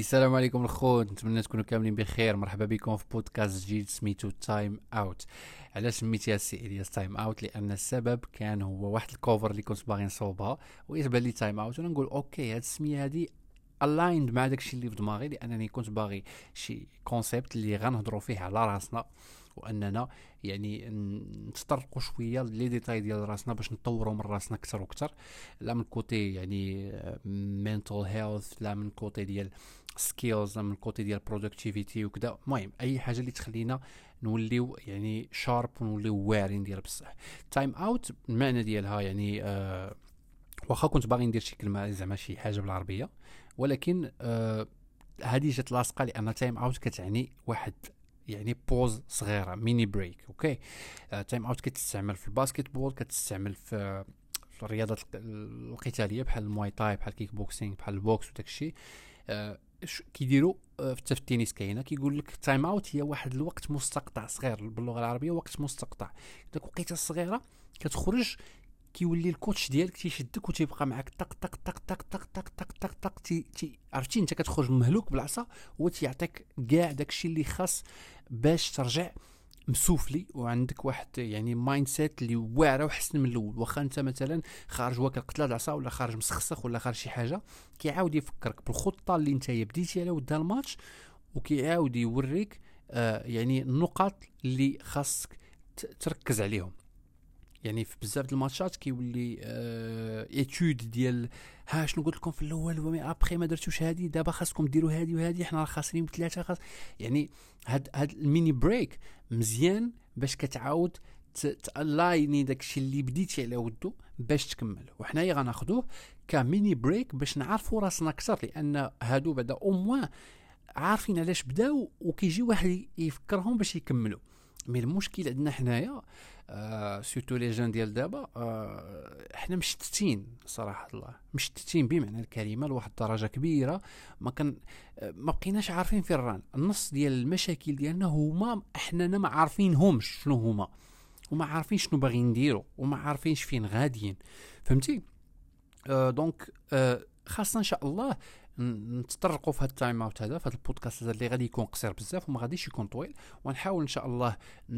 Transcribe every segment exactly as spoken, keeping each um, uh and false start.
السلام عليكم الخوت، نتمنى تكونوا كاملين بخير. مرحبا بكم في بودكاست جديد سميتو تايم اوت. علاش سميتيها السي الياس تايم اوت؟ لان السبب كان هو واحد الكوفر اللي كنت باغي نصوبها ويتبان لي تايم اوت، وانا نقول اوكي هاد السميه هادي الايند مع داكشي اللي في دماغي، لانني كنت باغي شي كونسيبت اللي غنهضروا فيه على راسنا، واننا يعني نتطرقوا شويه لي ديتاي ديال راسنا باش نطوروا من راسنا اكثر واكثر، لا من كوتي يعني مينتال هيلث، لا من كوتي ديال سكيلز، لا من كوتي ديال برودكتيفيتي وكذا. المهم اي حاجه اللي تخلينا نوليو يعني شارب ونوليو واعرين ديال بصح. تايم اوت المعنى ديالها يعني آه واخا كنت باغي ندير شي كلمه زعما شي حاجه بالعربيه، ولكن آه هذه جات لاصقه، لان تايم اوت كتعني واحد يعني بوز صغيره، ميني بريك. اوكي آه تايم اوت كتستعمل في الباسكتبول، كتستعمل في في الرياضات القتاليه بحال المواي تاي، بحال الكيك بوكسينغ، بحال البوكس وداك الشيء. آه كيديروا آه في التنس كاينه كيقول لك تايم اوت هي واحد الوقت مستقطع صغير باللغه العربيه، وقت مستقطع. داك الوقيته الصغيره كتخرج كيولي الكوتش ديالك تيشدك وتيبقى معاك طق طق طق طق طق طق طق طق طق تي تي عرفتي انت كتخرج مهلوك بالعصا، هو تيعطيك كاع داكشي اللي خاص باش ترجع مسوفلي وعندك واحد يعني مايند سيت اللي واعره وحسن من الاول. واخا انت مثلا خارج واكل قتله العصا ولا خارج مسخسخ ولا خارج شي حاجه، كيعاود يفكرك بالخطه اللي انت بديتي عليها ودا الماتش، وكيعاود يوريك آه يعني النقاط اللي خاصك تركز عليهم. يعني في بزاف الماتشات كيولي آه ايتود ديال ها شنو قلت لكم في الاول ومي ابخي ما درتوش هذه، دابا خاصكم ديروا هذه وهذه، حنا راه خاسرين بثلاثه. خاص يعني هاد هاد الميني بريك مزيان باش كتعاود تالايني داكشي اللي بديتي على ودو باش تكمل. وحنايا غناخذوه كميني بريك باش نعرفوا راسنا اكثر، لان هادو بعدا او موان عارفين علاش بداو وكيجي واحد يفكرهم باش يكملوا. مي المشكل عندنا حنايا آه سورتو لي جون ديال دابا، آه احنا مشتتين صراحه الله، مشتتين بمعنى الكلمه لواحد الدرجه كبيره. ما كان آه ما بقيناش عارفين فين ران. النص ديال المشاكل ديالنا هما احنا ما عارفينهمش شنو هما، وما عارفين شنو باغيين نديروا، وما عارفينش فين غاديين. فهمتي؟ آه دونك آه خاصنا ان شاء الله نتطرقوا في هذا التايم اوت هذا، في هذا البودكاست هذا اللي غادي يكون قصير بزاف وما غاديش يكون طويل، ونحاول ان شاء الله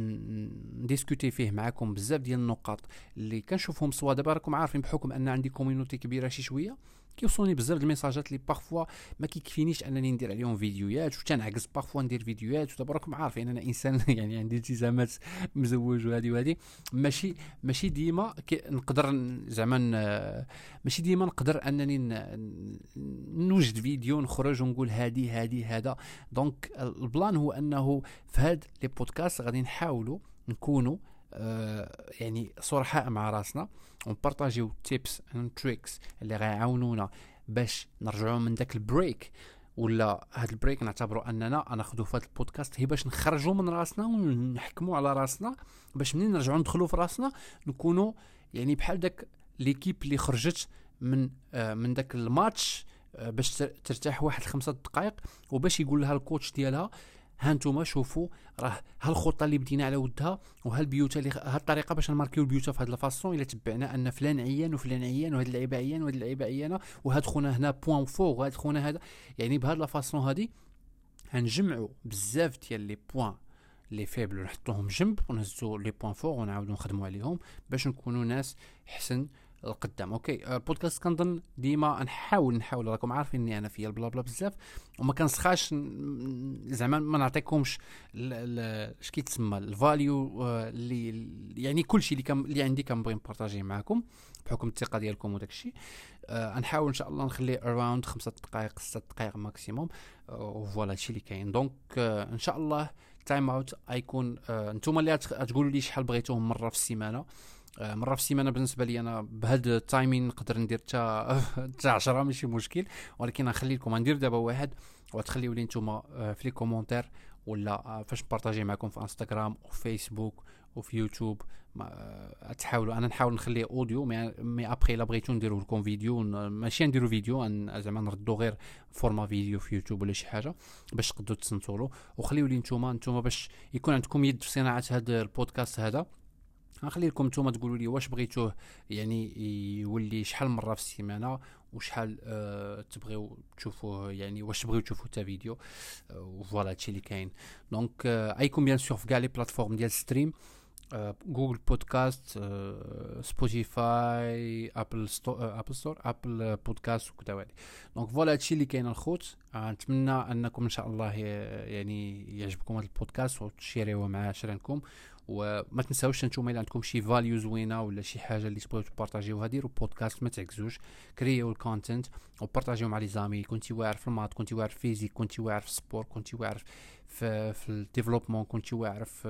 نديسكوتي فيه معكم بزاف ديال النقاط اللي كنشوفهم. سوا دابا راكم عارفين بحكم ان عندي كوميونيتي كبيره شي شويه، كيوصلوني بزاف الميساجات اللي باغفوا ما كيكفينيش انني ندير عليهم فيديوهات، وتنعكس باغفوا ندير فيديوهات. ودابا راكم عارفين انا انسان يعني عندي التزامات، مزوج وهذه وهذه، ماشي ماشي ديما نقدر زعما ماشي ديما نقدر انني نوجد فيديو نخرج ونقول هادي هادي هذا. دونك البلان هو انه في هاد لي بودكاست غادي نحاولوا نكونوا آه يعني صرحاء مع راسنا، ونبارطاجيو تيبس اند تريكس اللي غيعاونونا باش نرجعوا من داك البريك. ولا هاد البريك نعتبروا اننا ناخذوا في هاد البودكاست هي باش نخرجوا من راسنا ونحكموا على راسنا، باش منين نرجعوا ندخلوا في راسنا نكونوا يعني بحال داك ليكيب اللي خرجت من آه من داك الماتش آه باش ترتاح واحد خمسة دقائق، وباش يقول لها الكوتش ديالها ها نتوما شوفوا راه هالخطه اللي بدينا على ودها، وهالبيوت اللي هالطريقه باش نماركيو البيوت في هذا الفاصون، الا تبعنا ان فلان عيان وفلان عيان وهاد اللعيبه عيان وهاد اللعيبه عيانه وهاد خونا هنا بوين فوق وهاد خونا هذا. يعني بهاد الفاصون هادي هنجمعوا بزاف ديال لي بوين لي فيبل ونحطوهم جنب، ونهزوا لي بوين فوق ونعاودوا نخدموا عليهم باش نكونوا ناس حسن القدام. اوكي البودكاست كنظن ديما نحاول نحاول راكم عارفين اني انا فيا البلا بلا بزاف، وما كنسخاش زعما ما نعطيكمش اش كيتسمى الفاليو اللي يعني كلشي اللي كم اللي عندي كنبغي نبارطاجيه معكم بحكم الثقه ديالكم وداك الشيء. أه نحاول ان شاء الله نخلي اراوند خمسة دقائق ستة دقائق ماكسيموم، وفوالا هادشي اللي كاين. دونك أه ان شاء الله تايم اوت غيكون أه نتوما اللي غتقولوا لي شحال بغيتوه مره في السيمانه. مره في السيمانه بالنسبه لي انا بهذا التايمين نقدر ندير حتى حتى عشرة ماشي مشكل، ولكن غنخلي لكم ندير دابا واحد وتخليو لي نتوما في لي كومونتير ولا فاش نبارطاجي معكم في انستغرام وفيسبوك وفي يوتيوب. تحاولوا انا نحاول نخليه اوديو، مي ابري الا بغيتو نديرو لكم فيديو ماشي نديرو فيديو زعما نردو غير فورما فيديو في يوتيوب ولا شي حاجه باش تقدروا تسنتوا له. وخليو لي نتوما نتوما باش يكون عندكم يد في صناعه هذا البودكاست هذا. غنخلي لكم نتوما تقولوا لي واش بغيتوه يعني يولي شحال مره في السيمانه وشحال أه تبغيو تشوفوه، يعني واش تبغيو تشوفوا تا فيديو. أه فوالا هادشي اللي كاين. دونك أه ايكم بيان سور في كاع لي بلاتفورم ديال ستريم، أه جوجل بودكاست، أه سبوتيفاي، ابل ستور، أه ابل ستور، ابل بودكاست وكذا هادي. دونك فوالا هادشي اللي كاين الخوت. أه نتمنى انكم ان شاء الله يعني يعجبكم هذا البودكاست وتشيريوه مع عشرانكم. وما تنساوش نتوما الا عندكم شي فاليو زوينه ولا شي حاجه اللي تبغيو تبارطاجيوها، ديروا بودكاست ما تعكزوش، كرييو الكونتنت وبارطاجيو مع لي زامي. كنتي واعر في المات، كنتي واعر في فيزيك، كنتي واعر في سبور، كنتي واعر في في الديفلوبمون، كنتي واعر في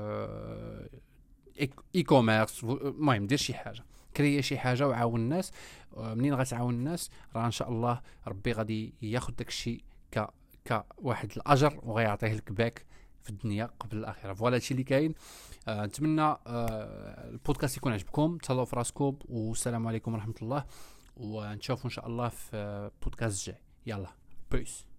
اي كوميرس، المهم دير شي حاجه، كريي شي حاجه وعاون الناس. منين غتعاون الناس راه ان شاء الله ربي غادي ياخذ داكشي ك ك واحد الاجر وغيعطيه لك باك في الدنيا قبل الاخره. فوالا هادشي اللي كاين. آه نتمنى آه البودكاست يكون عجبكم. تهلاو في راسكم والسلام عليكم ورحمه الله، ونشوفوا ان شاء الله في بودكاست جاي. يلا بيس.